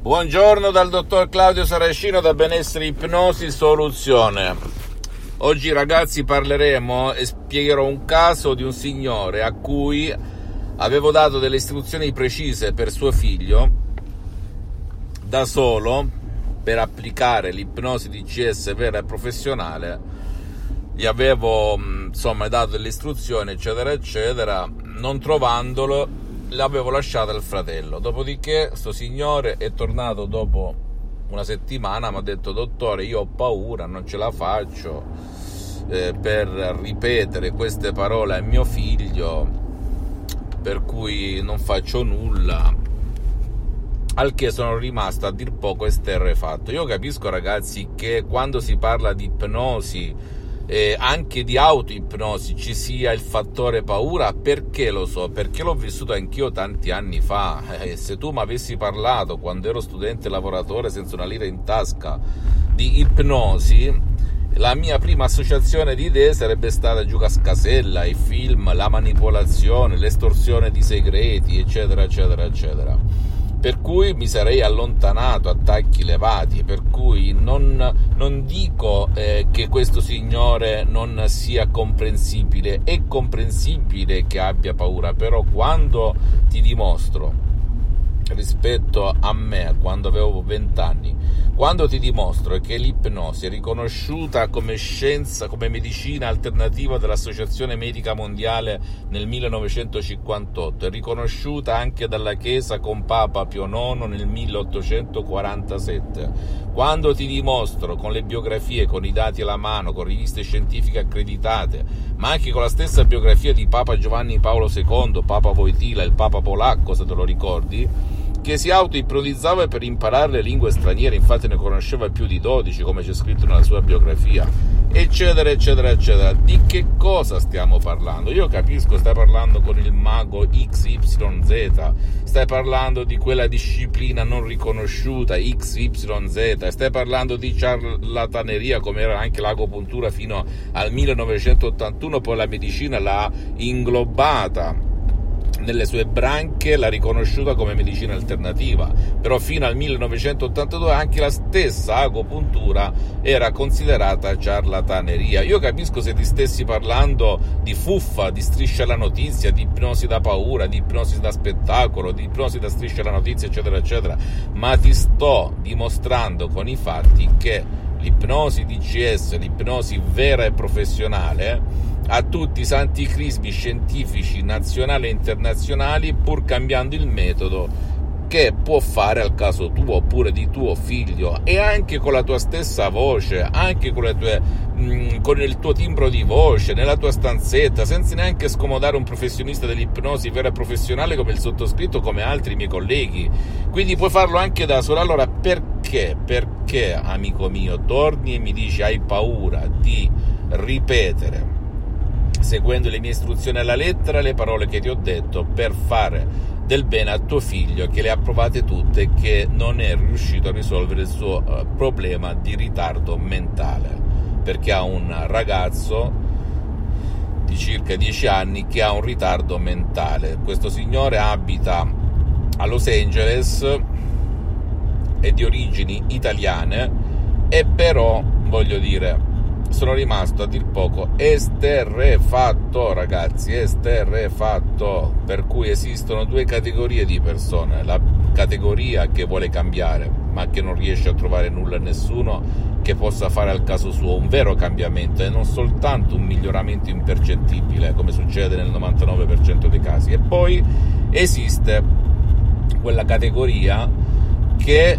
Buongiorno dal dottor Claudio Saracino da Benessere Ipnosi Soluzione. Oggi ragazzi parleremo e spiegherò un caso di un signore a cui avevo dato delle istruzioni precise per suo figlio da solo per applicare l'ipnosi DCS vera e professionale. Gli avevo dato delle istruzioni eccetera eccetera, non trovandolo l'avevo lasciata al fratello. Dopodiché sto signore è tornato dopo una settimana, mi ha detto: dottore, io ho paura, non ce la faccio per ripetere queste parole a mio figlio, per cui non faccio nulla. Al che sono rimasto a dir poco esterrefatto. Io capisco ragazzi che quando si parla di ipnosi anche di autoipnosi ci sia il fattore paura, perché lo so, perché l'ho vissuto anch'io tanti anni fa. Se tu mi avessi parlato quando ero studente lavoratore senza una lira in tasca di ipnosi, la mia prima associazione di idee sarebbe stata Giucascasella, i film, la manipolazione, l'estorsione di segreti eccetera eccetera eccetera. Per cui mi sarei allontanato a tacchi levati, per cui non dico che questo signore non sia comprensibile, è comprensibile che abbia paura, però quando ti dimostro, rispetto a me quando avevo 20 anni, quando ti dimostro che l'ipnosi è riconosciuta come scienza, come medicina alternativa dall'Associazione Medica Mondiale nel 1958, è riconosciuta anche dalla Chiesa con Papa Pio IX nel 1847, quando ti dimostro con le biografie, con i dati alla mano, con riviste scientifiche accreditate, ma anche con la stessa biografia di Papa Giovanni Paolo II, Papa Wojtyla, il Papa polacco, se te lo ricordi, che si autoipnotizzava per imparare le lingue straniere, infatti ne conosceva più di 12, come c'è scritto nella sua biografia, eccetera eccetera eccetera. Di che cosa stiamo parlando? Io capisco, stai parlando con il mago XYZ, stai parlando di quella disciplina non riconosciuta XYZ, stai parlando di ciarlataneria, come era anche l'agopuntura fino al 1981, poi la medicina l'ha inglobata nelle sue branche, l'ha riconosciuta come medicina alternativa, però fino al 1982 anche la stessa agopuntura era considerata ciarlataneria. Io capisco se ti stessi parlando di fuffa, di striscia alla notizia, di ipnosi da paura, di ipnosi da spettacolo, di ipnosi da striscia alla notizia eccetera eccetera, ma ti sto dimostrando con i fatti che l'ipnosi DCS, l'ipnosi vera e professionale, a tutti i santi crismi scientifici nazionali e internazionali, pur cambiando il metodo, che può fare al caso tuo oppure di tuo figlio, e anche con la tua stessa voce, anche con il tuo timbro di voce, nella tua stanzetta, senza neanche scomodare un professionista dell'ipnosi vera e professionale come il sottoscritto, come altri miei colleghi. Quindi puoi farlo anche da solo. Allora perché amico mio torni e mi dici hai paura di ripetere, seguendo le mie istruzioni alla lettera, le parole che ti ho detto per fare del bene a tuo figlio, che le ha provate tutte e che non è riuscito a risolvere il suo problema di ritardo mentale, perché ha un ragazzo di circa 10 anni che ha un ritardo mentale. Questo signore abita a Los Angeles, è di origini italiane, e però voglio dire, sono rimasto a dir poco esterrefatto ragazzi, esterrefatto. Per cui esistono due categorie di persone: la categoria che vuole cambiare ma che non riesce a trovare nulla e nessuno che possa fare al caso suo un vero cambiamento e non soltanto un miglioramento impercettibile come succede nel 99% dei casi, e poi esiste quella categoria che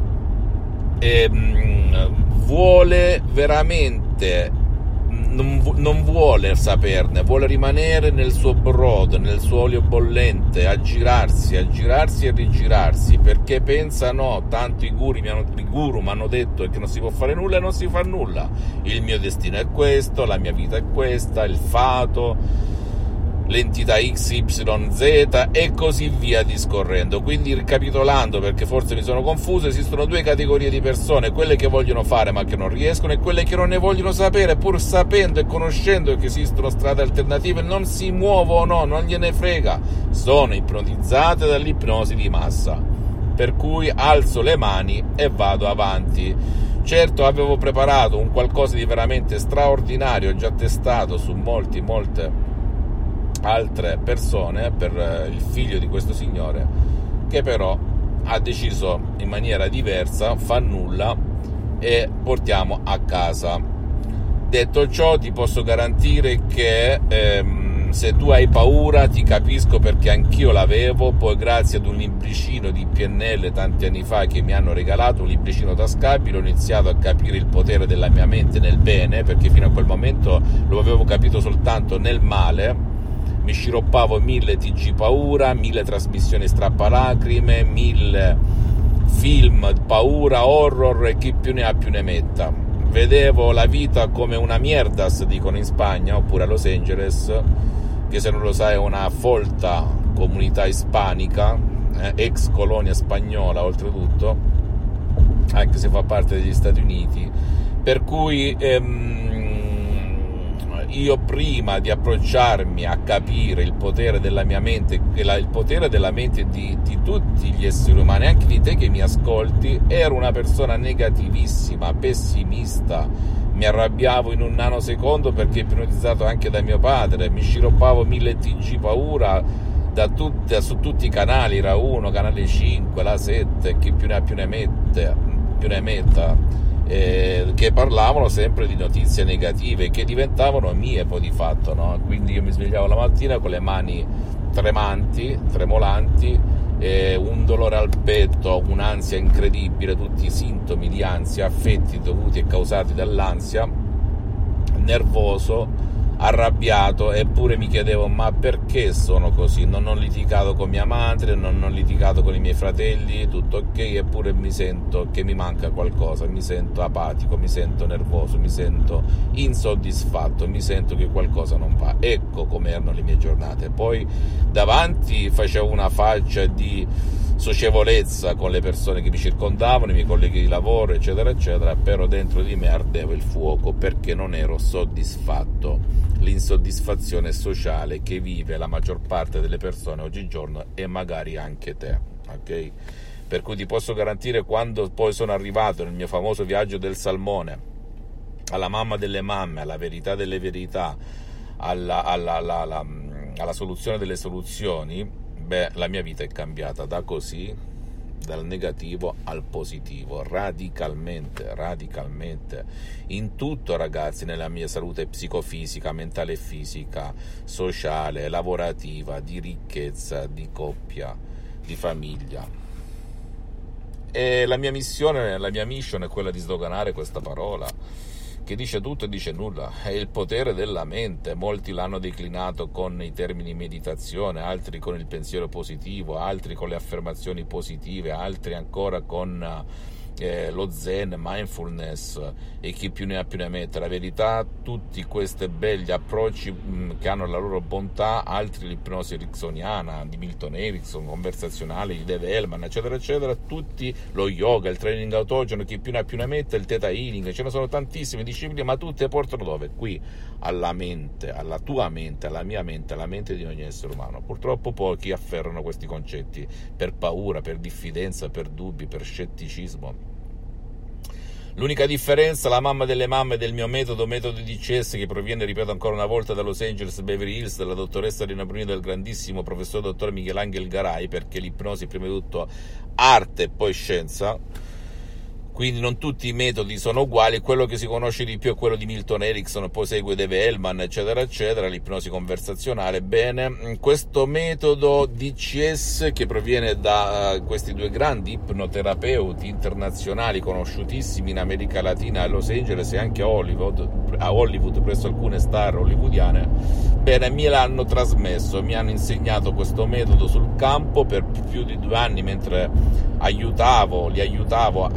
vuole veramente, non vuole saperne, vuole rimanere nel suo brodo, nel suo olio bollente, a girarsi e rigirarsi, perché pensa: no, tanto i guru mi hanno detto che non si può fare nulla e non si fa nulla, il mio destino è questo, la mia vita è questa, il fato, l'entità XYZ e così via discorrendo. Quindi, ricapitolando, perché forse mi sono confuso, esistono due categorie di persone: quelle che vogliono fare ma che non riescono, e quelle che non ne vogliono sapere, pur sapendo e conoscendo che esistono strade alternative, non si muovono, non gliene frega, sono ipnotizzate dall'ipnosi di massa. per cui alzo le mani e vado avanti. Certo, avevo preparato un qualcosa di veramente straordinario, già testato su molte altre persone, per il figlio di questo signore, che però ha deciso in maniera diversa, fa nulla e portiamo a casa. Detto ciò, ti posso garantire che se tu hai paura, ti capisco, perché anch'io l'avevo. Poi, grazie ad un libricino di PNL tanti anni fa che mi hanno regalato, un libricino tascabile, ho iniziato a capire il potere della mia mente nel bene, perché fino a quel momento lo avevo capito soltanto nel male. Mi sciroppavo 1000 TG paura, 1000 trasmissioni strappalacrime, 1000 film paura, horror e chi più ne ha più ne metta. Vedevo la vita come una mierdas, dicono in Spagna, oppure a Los Angeles, che se non lo sai è una folta comunità ispanica, ex colonia spagnola oltretutto, anche se fa parte degli Stati Uniti, per cui io, prima di approcciarmi a capire il potere della mia mente, il potere della mente di tutti gli esseri umani, anche di te che mi ascolti, ero una persona negativissima, pessimista, mi arrabbiavo in un nanosecondo perché ipnotizzato anche da mio padre, mi sciroppavo 1000 TG paura su tutti i canali, Ra 1, Canale 5, La 7, chi più ne ha più ne metta, che parlavano sempre di notizie negative che diventavano mie poi di fatto, no? Quindi io mi svegliavo la mattina con le mani tremolanti, un dolore al petto, un'ansia incredibile, tutti i sintomi di ansia, affetti dovuti e causati dall'ansia, nervoso, arrabbiato, eppure mi chiedevo: ma perché sono così? Non ho litigato con mia madre, non ho litigato con i miei fratelli, tutto ok, eppure mi sento che mi manca qualcosa, mi sento apatico, mi sento nervoso, mi sento insoddisfatto, mi sento che qualcosa non va. Ecco come erano le mie giornate. Poi davanti facevo una faccia di socievolezza con le persone che mi circondavano, i miei colleghi di lavoro, eccetera eccetera, però dentro di me ardeva il fuoco perché non ero soddisfatto. L'insoddisfazione sociale che vive la maggior parte delle persone oggigiorno e magari anche te, ok? Per cui ti posso garantire, quando poi sono arrivato nel mio famoso viaggio del salmone, alla mamma delle mamme, alla verità delle verità, alla soluzione delle soluzioni, la mia vita è cambiata da così, dal negativo al positivo, radicalmente, in tutto, ragazzi, nella mia salute psicofisica, mentale e fisica, sociale, lavorativa, di ricchezza, di coppia, di famiglia. E la mia missione, la mia mission è quella di sdoganare questa parola che dice tutto e dice nulla, è il potere della mente. Molti l'hanno declinato con i termini meditazione, altri con il pensiero positivo, altri con le affermazioni positive, altri ancora con lo zen, mindfulness e chi più ne ha più ne mette. La verità, tutti questi belli approcci che hanno la loro bontà, altri l'ipnosi ericksoniana di Milton Erickson, conversazionale di Dave Hellman, eccetera eccetera, tutti lo yoga, il training autogeno, chi più ne ha più ne mette, il theta healing, ce ne sono tantissime discipline, ma tutte portano dove? Qui, alla mente, alla tua mente, alla mia mente, alla mente di ogni essere umano. Purtroppo pochi afferrano questi concetti per paura, per diffidenza, per dubbi, per scetticismo. L'unica differenza, la mamma delle mamme del mio metodo DCS, che proviene, ripeto ancora una volta, da Los Angeles, Beverly Hills, dalla dottoressa Rina Bruni, del grandissimo professor dottor Michelangelo Garay, perché l'ipnosi prima di tutto arte e poi scienza, quindi non tutti i metodi sono uguali. Quello che si conosce di più è quello di Milton Erickson, poi segue Dave Hellman, eccetera eccetera, l'ipnosi conversazionale. Bene, questo metodo DCS, che proviene da questi due grandi ipnoterapeuti internazionali conosciutissimi in America Latina, a Los Angeles e anche a Hollywood presso alcune star hollywoodiane, bene, me l'hanno trasmesso, mi hanno insegnato questo metodo sul campo per più di 2 anni, mentre li aiutavo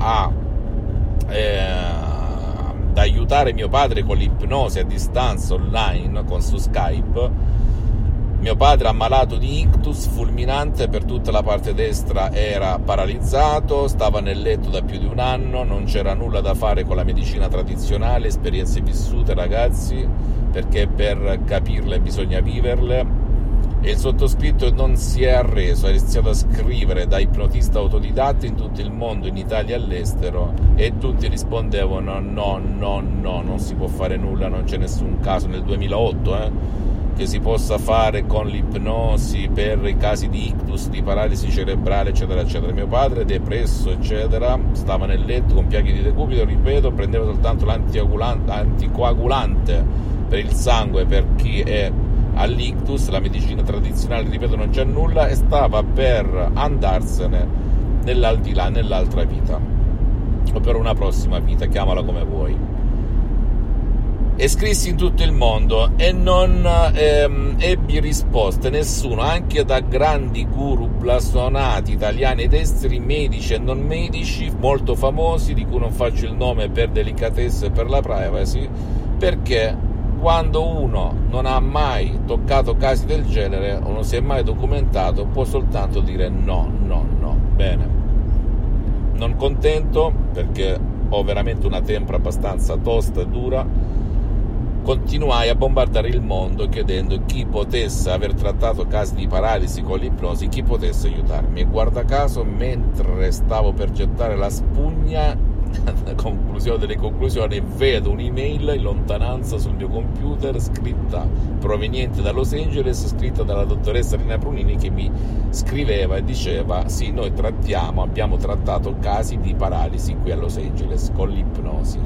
ad aiutare mio padre con l'ipnosi a distanza online su Skype. Mio padre, ammalato di ictus fulminante, per tutta la parte destra era paralizzato, stava nel letto da più di 1 anno, non c'era nulla da fare con la medicina tradizionale, esperienze vissute, ragazzi, perché per capirle bisogna viverle. E il sottoscritto non si è arreso, ha iniziato a scrivere da ipnotista autodidatta in tutto il mondo, in Italia e all'estero, e tutti rispondevano no, non si può fare nulla, non c'è nessun caso nel 2008 che si possa fare con l'ipnosi per i casi di ictus, di paralisi cerebrale, eccetera eccetera. Mio padre, depresso eccetera, stava nel letto con piaghe di decubito, ripeto, prendeva soltanto l'anticoagulante per il sangue per chi è all'ictus, la medicina tradizionale, ripeto, non c'è nulla, e stava per andarsene nell'aldilà, nell'altra vita, o per una prossima vita, chiamala come vuoi. E scrissi in tutto il mondo e non ebbi risposte, nessuno, anche da grandi guru blasonati italiani ed esteri, medici e non medici, molto famosi, di cui non faccio il nome per delicatezza e per la privacy, perché quando uno non ha mai toccato casi del genere o non si è mai documentato, può soltanto dire no. Bene, non contento, perché ho veramente una tempra abbastanza tosta e dura, continuai a bombardare il mondo chiedendo chi potesse aver trattato casi di paralisi con l'ipnosi, chi potesse aiutarmi. E guarda caso, mentre stavo per gettare la spugna, conclusione delle conclusioni, vedo un'email in lontananza sul mio computer, scritta, proveniente da Los Angeles, scritta dalla dottoressa Rina Prunini, che mi scriveva e diceva: sì, noi abbiamo trattato casi di paralisi qui a Los Angeles con l'ipnosi,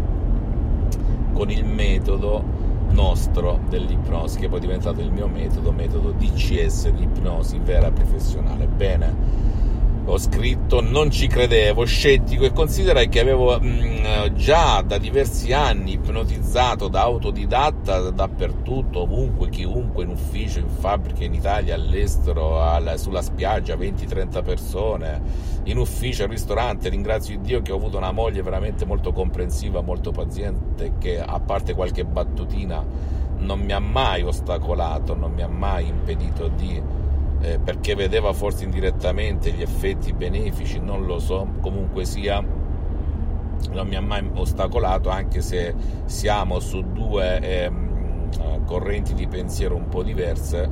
con il metodo nostro dell'ipnosi, che poi è diventato il mio metodo DCS di ipnosi vera professionale. Bene, ho scritto, non ci credevo, scettico, e considerai che avevo già da diversi anni ipnotizzato da autodidatta dappertutto, ovunque, chiunque, in ufficio, in fabbrica, in Italia, all'estero, sulla spiaggia, 20-30 persone, in ufficio, al ristorante. Ringrazio Dio che ho avuto una moglie veramente molto comprensiva, molto paziente, che a parte qualche battutina non mi ha mai ostacolato, non mi ha mai impedito di... perché vedeva forse indirettamente gli effetti benefici, non lo so, comunque sia, non mi ha mai ostacolato, anche se siamo su due correnti di pensiero un po' diverse,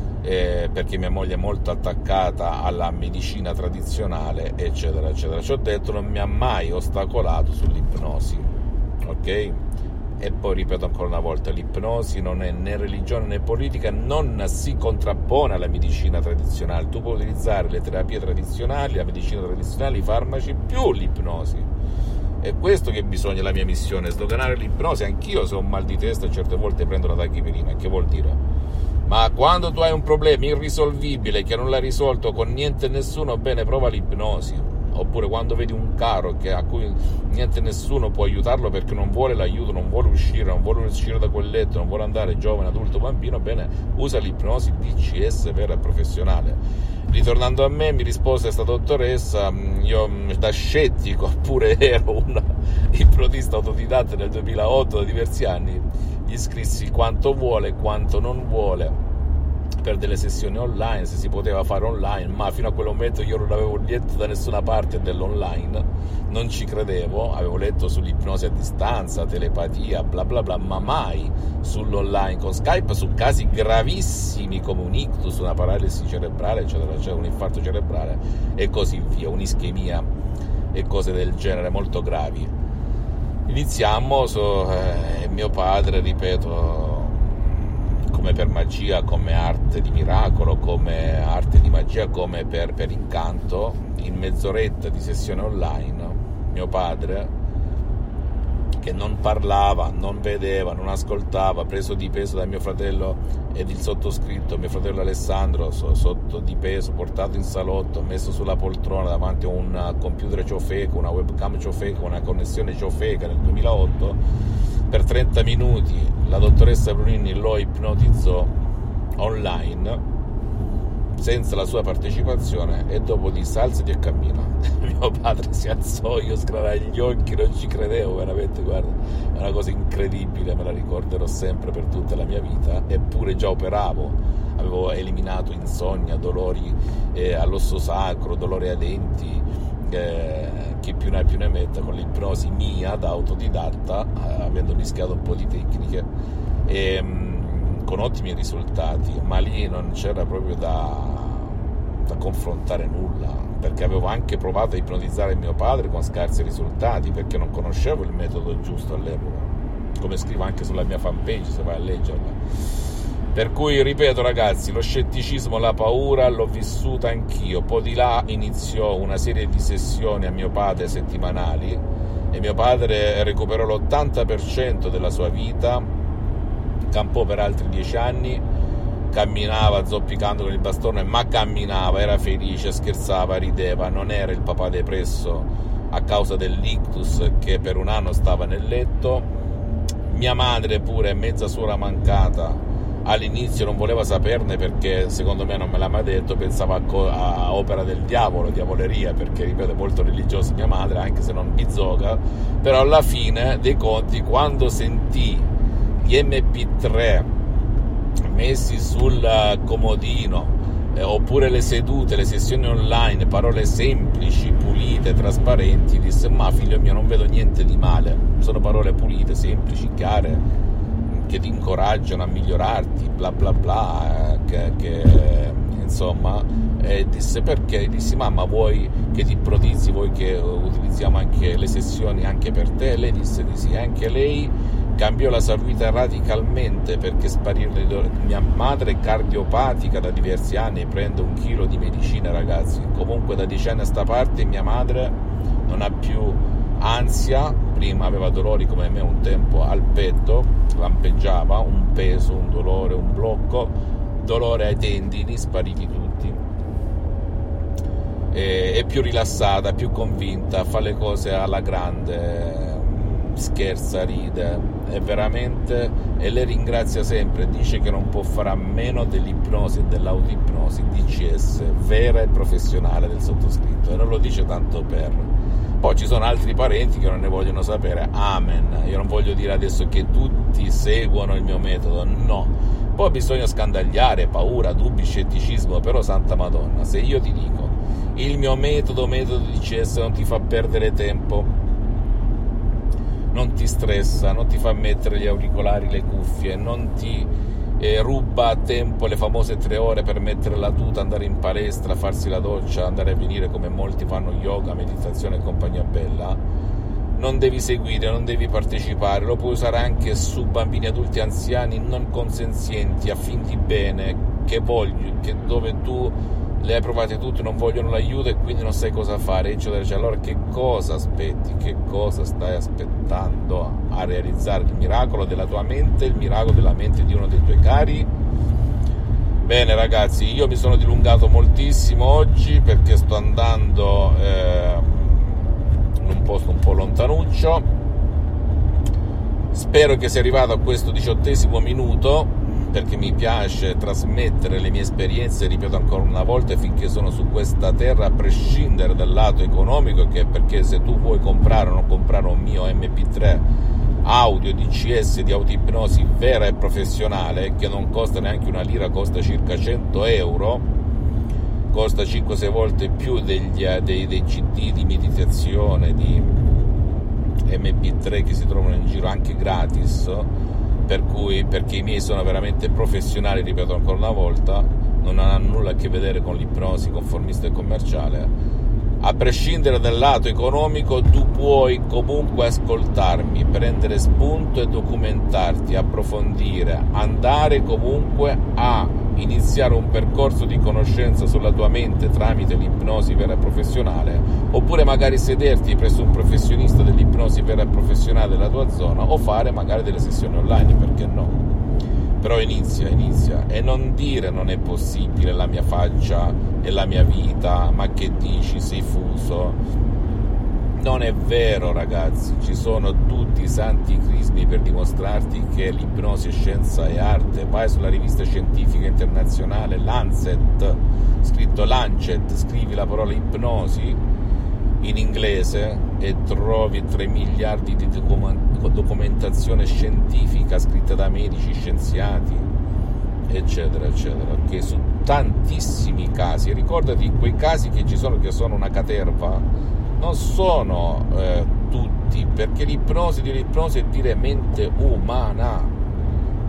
perché mia moglie è molto attaccata alla medicina tradizionale, eccetera eccetera. Ci ho detto, non mi ha mai ostacolato sull'ipnosi, ok? E poi ripeto ancora una volta, l'ipnosi non è né religione né politica, non si contrappone alla medicina tradizionale. Tu puoi utilizzare le terapie tradizionali, la medicina tradizionale, i farmaci più l'ipnosi. È questo che bisogna, la mia missione, sdoganare l'ipnosi. Anch'io, se ho un mal di testa, certe volte prendo la tachipirina. Che vuol dire? Ma quando tu hai un problema irrisolvibile che non l'hai risolto con niente e nessuno, bene, prova l'ipnosi. Oppure quando vedi un caro a cui niente e nessuno può aiutarlo perché non vuole l'aiuto, non vuole uscire da quel letto, non vuole andare, giovane, adulto, bambino, bene, usa l'ipnosi DCS vera e professionale. Ritornando a me, mi rispose questa dottoressa, io da scettico, pure ero un ipnotista autodidatta nel 2008, da diversi anni, gli scrissi quanto vuole, quanto non vuole, per delle sessioni online, se si poteva fare online, ma fino a quel momento io non avevo letto da nessuna parte dell'online, non ci credevo, avevo letto sull'ipnosi a distanza, telepatia, bla bla bla, ma mai sull'online con Skype su casi gravissimi come un ictus, una paralisi cerebrale, eccetera, eccetera, un infarto cerebrale e così via, un'ischemia e cose del genere molto gravi. Iniziamo mio padre, ripeto, come per magia, come arte di miracolo, come arte di magia, come per incanto, in mezz'oretta di sessione online, mio padre, che non parlava, non vedeva, non ascoltava, preso di peso da mio fratello ed il sottoscritto, mio fratello Alessandro, sotto di peso, portato in salotto, messo sulla poltrona davanti a un computer ciofeco, una webcam ciofeca, una connessione ciofeca nel 2008, per 30 minuti la dottoressa Brunini lo ipnotizzò online senza la sua partecipazione e dopo disse alzati e cammina. Mio padre si alzò, io sclarai gli occhi, non ci credevo, veramente, guarda, è una cosa incredibile, me la ricorderò sempre per tutta la mia vita. Eppure già operavo, avevo eliminato insonnia, dolori all'osso sacro, dolori ai denti, chi più ne ha più ne metta, con l'ipnosi mia da autodidatta, avendo mischiato un po' di tecniche, con ottimi risultati, ma lì non c'era proprio da confrontare nulla, perché avevo anche provato a ipnotizzare mio padre con scarsi risultati, perché non conoscevo il metodo giusto all'epoca, come scrivo anche sulla mia fanpage se vai a leggerla. Per cui, ripeto ragazzi, lo scetticismo, la paura l'ho vissuta anch'io. Poi di là iniziò una serie di sessioni a mio padre settimanali, e mio padre recuperò l'80% della sua vita, campò per altri 10 anni, camminava zoppicando con il bastone, ma camminava, era felice, scherzava, rideva, non era il papà depresso a causa dell'ictus che per un anno stava nel letto. Mia madre pure, mezza suora mancata, all'inizio non voleva saperne, perché secondo me non me l'ha mai detto, pensava a opera del diavolo, diavoleria, perché ripeto è molto religiosa mia madre, anche se non bizzoga. Però alla fine dei conti, quando sentì gli MP3 messi sul comodino, oppure le sedute, le sessioni online, parole semplici, pulite, trasparenti, disse: ma figlio mio, non vedo niente di male, sono parole pulite, semplici, chiare, che ti incoraggiano a migliorarti, bla bla bla, insomma, disse: perché? Dissi: mamma, vuoi che ti ipnotizzi, vuoi che utilizziamo anche le sessioni anche per te? Lei disse di sì. Anche lei cambiò la sua vita radicalmente, perché sparire mia madre è cardiopatica da diversi anni, prende 1 chilo di medicina ragazzi. Comunque da 10 anni a sta parte mia madre non ha più ansia, prima aveva dolori come me un tempo al petto, lampeggiava, un peso, un dolore, un blocco, dolore ai tendini, spariti tutti, è più rilassata, più convinta, fa le cose alla grande, scherza, ride, è veramente, e lei ringrazia sempre, dice che non può fare a meno dell'ipnosi e dell'autoipnosi DCS vera e professionale del sottoscritto, e non lo dice tanto per. Poi ci sono altri parenti che non ne vogliono sapere, amen. Io non voglio dire adesso che tutti seguono il mio metodo, no. Poi bisogna scandagliare paura, dubbi, scetticismo, però santa madonna, se io ti dico il mio metodo DCS non ti fa perdere tempo, non ti stressa, non ti fa mettere gli auricolari, le cuffie, non ti ruba a tempo le famose 3 ore per mettere la tuta, andare in palestra, farsi la doccia, andare a venire come molti fanno yoga, meditazione e compagnia bella, non devi seguire, non devi partecipare, lo puoi usare anche su bambini, adulti, anziani non consenzienti, a fin di bene, che dove tu le hai provate tutte, non vogliono l'aiuto e quindi non sai cosa fare, eccetera, eccetera. Allora che cosa aspetti? Che cosa stai aspettando a realizzare il miracolo della tua mente, il miracolo della mente di uno dei tuoi cari? Bene ragazzi, io mi sono dilungato moltissimo oggi perché sto andando in un posto un po' lontanuccio. Spero che sia arrivato a questo 18° minuto, perché mi piace trasmettere le mie esperienze, ripeto ancora una volta, finché sono su questa terra, a prescindere dal lato economico, perché se tu vuoi comprare o non comprare un mio MP3 audio DCS di autoipnosi vera e professionale, che non costa neanche una lira, costa circa 100 euro, costa 5-6 volte più dei CD di meditazione, di MP3 che si trovano in giro anche gratis, perché i miei sono veramente professionali, ripeto ancora una volta, non hanno nulla a che vedere con l'ipnosi conformista e commerciale. A prescindere dal lato economico, tu puoi comunque ascoltarmi, prendere spunto e documentarti, approfondire, andare comunque a iniziare un percorso di conoscenza sulla tua mente tramite l'ipnosi vera e professionale, oppure magari sederti presso un professionista dell'ipnosi vera e professionale della tua zona, o fare magari delle sessioni online, perché no? Però inizia e non dire non è possibile, la mia faccia e la mia vita, ma che dici, sei fuso. Non è vero ragazzi, ci sono tutti i santi crismi per dimostrarti che l'ipnosi è scienza e arte. Vai sulla rivista scientifica internazionale Lancet, scritto Lancet, scrivi la parola ipnosi in inglese e trovi 3 miliardi di documentazione scientifica scritta da medici, scienziati, eccetera eccetera, che su tantissimi casi, ricordati quei casi che ci sono, che sono una caterva, non sono tutti, perché l'ipnosi è dire mente umana,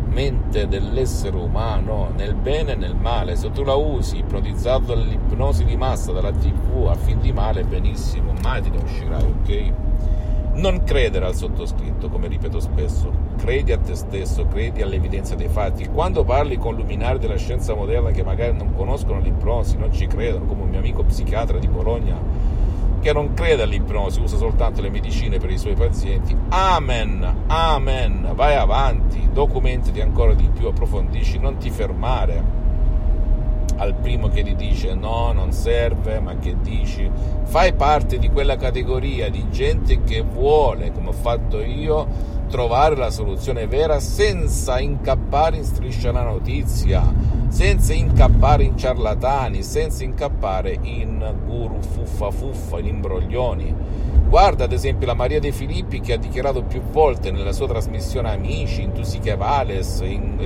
mente dell'essere umano, nel bene e nel male. Se tu la usi ipnotizzato dall'ipnosi di massa, dalla TV, a fin di male, benissimo, mai te ne uscirai, ok? Non credere al sottoscritto, come ripeto spesso, credi a te stesso, credi all'evidenza dei fatti. Quando parli con luminari della scienza moderna che magari non conoscono l'ipnosi, non ci credono, come un mio amico psichiatra di Bologna che non crede all'ipnosi, usa soltanto le medicine per i suoi pazienti, amen, vai avanti, documentati ancora di più, approfondisci, non ti fermare al primo che ti dice no, non serve, ma che dici? Fai parte di quella categoria di gente che vuole, come ho fatto io, trovare la soluzione vera senza incappare in Striscia la Notizia, senza incappare in ciarlatani, senza incappare in guru fuffa, in imbroglioni. Guarda ad esempio la Maria De Filippi, che ha dichiarato più volte nella sua trasmissione Amici, in Tu si che vales, in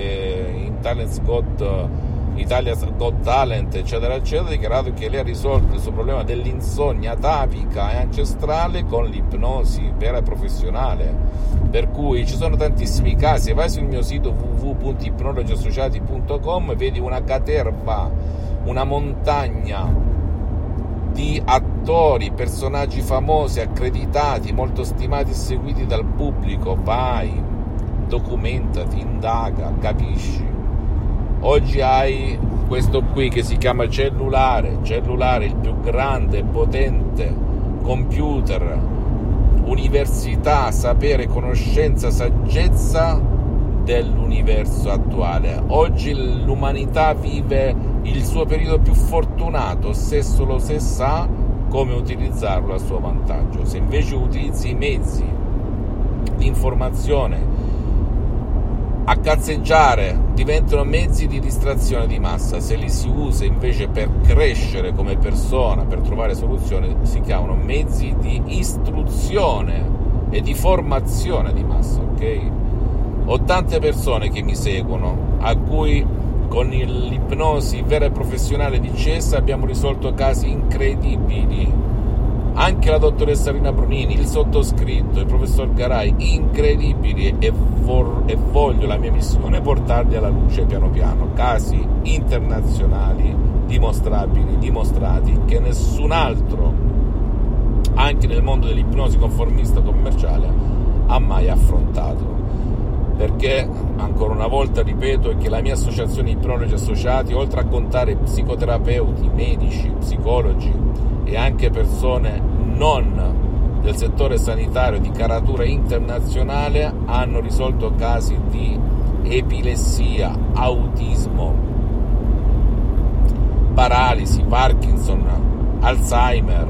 Italia's Got Talent, eccetera eccetera, ha dichiarato che lei ha risolto il suo problema dell'insonnia atavica e ancestrale con l'ipnosi vera e professionale. Per cui ci sono tantissimi casi. Vai sul mio sito www.ipnologiassociati.com, vedi una caterva, una montagna di attori, personaggi famosi, accreditati, molto stimati e seguiti dal pubblico. Vai, documentati, indaga, capisci. Oggi hai questo qui che si chiama cellulare, il più grande, potente computer, università, sapere, conoscenza, saggezza dell'universo attuale. Oggi l'umanità vive il suo periodo più fortunato se solo se sa come utilizzarlo a suo vantaggio. Se invece utilizzi i mezzi di informazione a cazzeggiare, diventano mezzi di distrazione di massa. Se li si usa invece per crescere come persona, per trovare soluzioni, si chiamano mezzi di istruzione e di formazione di massa, ok? Ho tante persone che mi seguono, a cui con l'ipnosi vera e professionale di CES abbiamo risolto casi incredibili. Anche la dottoressa Rina Brunini, il sottoscritto, il professor Garai, incredibili, e voglio, la mia missione, portarli alla luce piano piano, casi internazionali, dimostrabili, dimostrati, che nessun altro, anche nel mondo dell'ipnosi conformista commerciale, ha mai affrontato. Perché, ancora una volta ripeto, è che la mia associazione Ipnologi Associati, oltre a contare psicoterapeuti, medici, psicologi e anche persone non del settore sanitario di caratura internazionale, hanno risolto casi di epilessia, autismo, paralisi, Parkinson, Alzheimer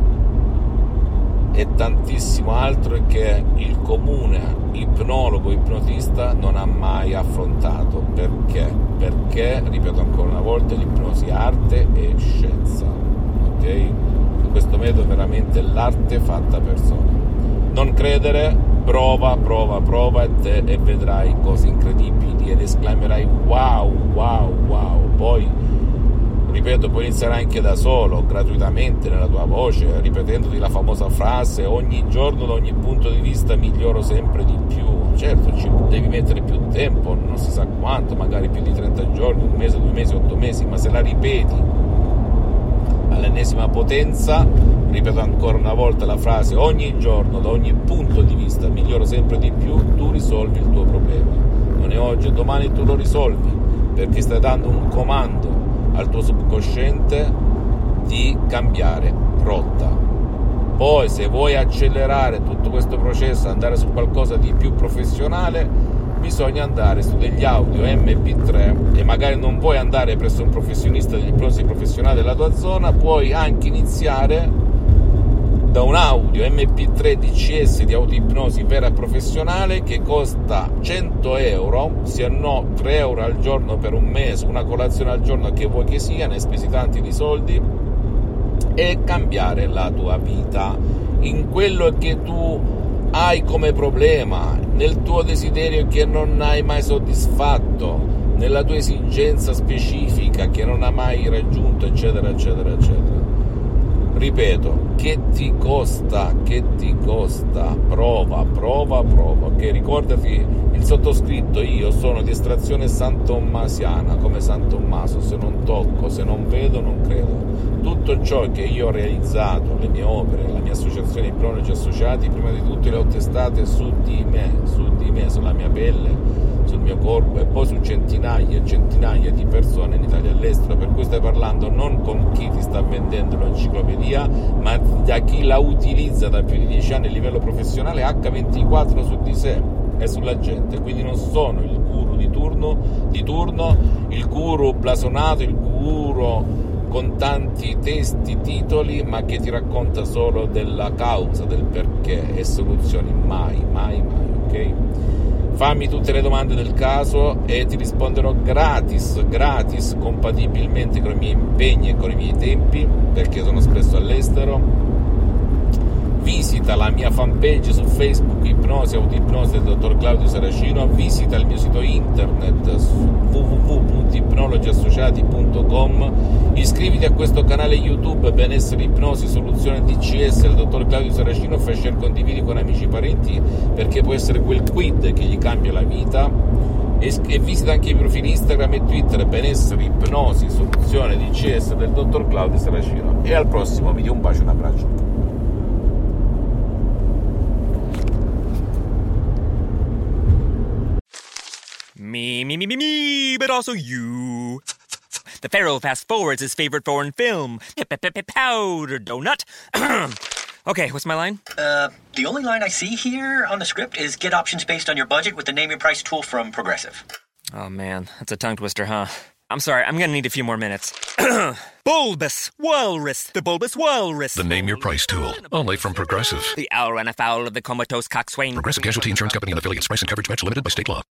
e tantissimo altro che il comune ipnologo, ipnotista non ha mai affrontato. Perché, ripeto ancora una volta, l'ipnosi è arte e scienza, ok? Questo metodo è veramente l'arte fatta persona. Non credere, prova e vedrai cose incredibili ed esclamerai wow. Poi, ripeto, puoi iniziare anche da solo, gratuitamente, nella tua voce, ripetendoti la famosa frase: ogni giorno, da ogni punto di vista, miglioro sempre di più. Certo, ci devi mettere più tempo, non si sa quanto, magari più di 30 giorni, 1 mese, 2 mesi, 8 mesi, ma se la ripeti all'ennesima potenza, ripeto ancora una volta la frase: ogni giorno, da ogni punto di vista, miglioro sempre di più, tu risolvi il tuo problema. Non è oggi e domani tu lo risolvi, perché stai dando un comando al tuo subconsciente di cambiare rotta. Poi, se vuoi accelerare tutto questo processo, andare su qualcosa di più professionale, bisogna andare su degli audio MP3, e magari non vuoi andare presso un professionista dell'ipnosi professionale della tua zona, puoi anche iniziare da un audio MP3 DCS di autoipnosi vera e professionale che costa 100 euro, se no 3 euro al giorno per un mese, una colazione al giorno che vuoi che sia, ne hai spesi tanti di soldi, e cambiare la tua vita in quello che tu hai come problema, nel tuo desiderio che non hai mai soddisfatto, nella tua esigenza specifica che non hai mai raggiunto, eccetera eccetera eccetera. Ripeto, che ti costa? Prova, che ricordati, il sottoscritto, io sono di estrazione santommasiana, come San Tommaso, se non tocco, se non vedo, non credo. Tutto ciò che io ho realizzato, le mie opere, la mia associazione Ipnologi Associati, prima di tutto le ho testate su di me, sulla mia pelle, sul mio corpo, e poi su centinaia e centinaia di persone in Italia e all'estero. Per cui stai parlando non con chi ti sta vendendo l'enciclopedia, ma da chi la utilizza da più di 10 anni a livello professionale H24 su di sé e sulla gente. Quindi non sono il guru di turno, il guru blasonato, il guru con tanti testi, titoli, ma che ti racconta solo della causa, del perché, e soluzioni mai, ok? Fammi tutte le domande del caso e ti risponderò gratis, compatibilmente con i miei impegni e con i miei tempi, perché sono spesso all'estero. Visita la mia fanpage su Facebook, Ipnosi Autoipnosi del dottor Claudio Saracino, visita il mio sito internet www.ipnologiassociati.com, iscriviti a questo canale YouTube Benessere Ipnosi Soluzione DCS del dottor Claudio Saracino, fai share, condividi con amici e parenti, perché può essere quel quid che gli cambia la vita. E visita anche i profili Instagram e Twitter Benessere Ipnosi Soluzione DCS del dottor Claudio Saracino. E al prossimo video, un bacio e un abbraccio. Me, but also you. The Pharaoh fast forwards his favorite foreign film, Powder Donut. Okay, what's my line? The only line I see here on the script is get options based on your budget with the Name Your Price tool from Progressive. Oh man, that's a tongue twister, huh? I'm sorry, I'm gonna need a few more minutes. Bulbous Walrus, the Bulbous Walrus. The Name Your Price tool, only from Progressive. The owl ran afoul of the comatose coxswain. Progressive Casualty Insurance Company and affiliates. Price and coverage match limited by state law.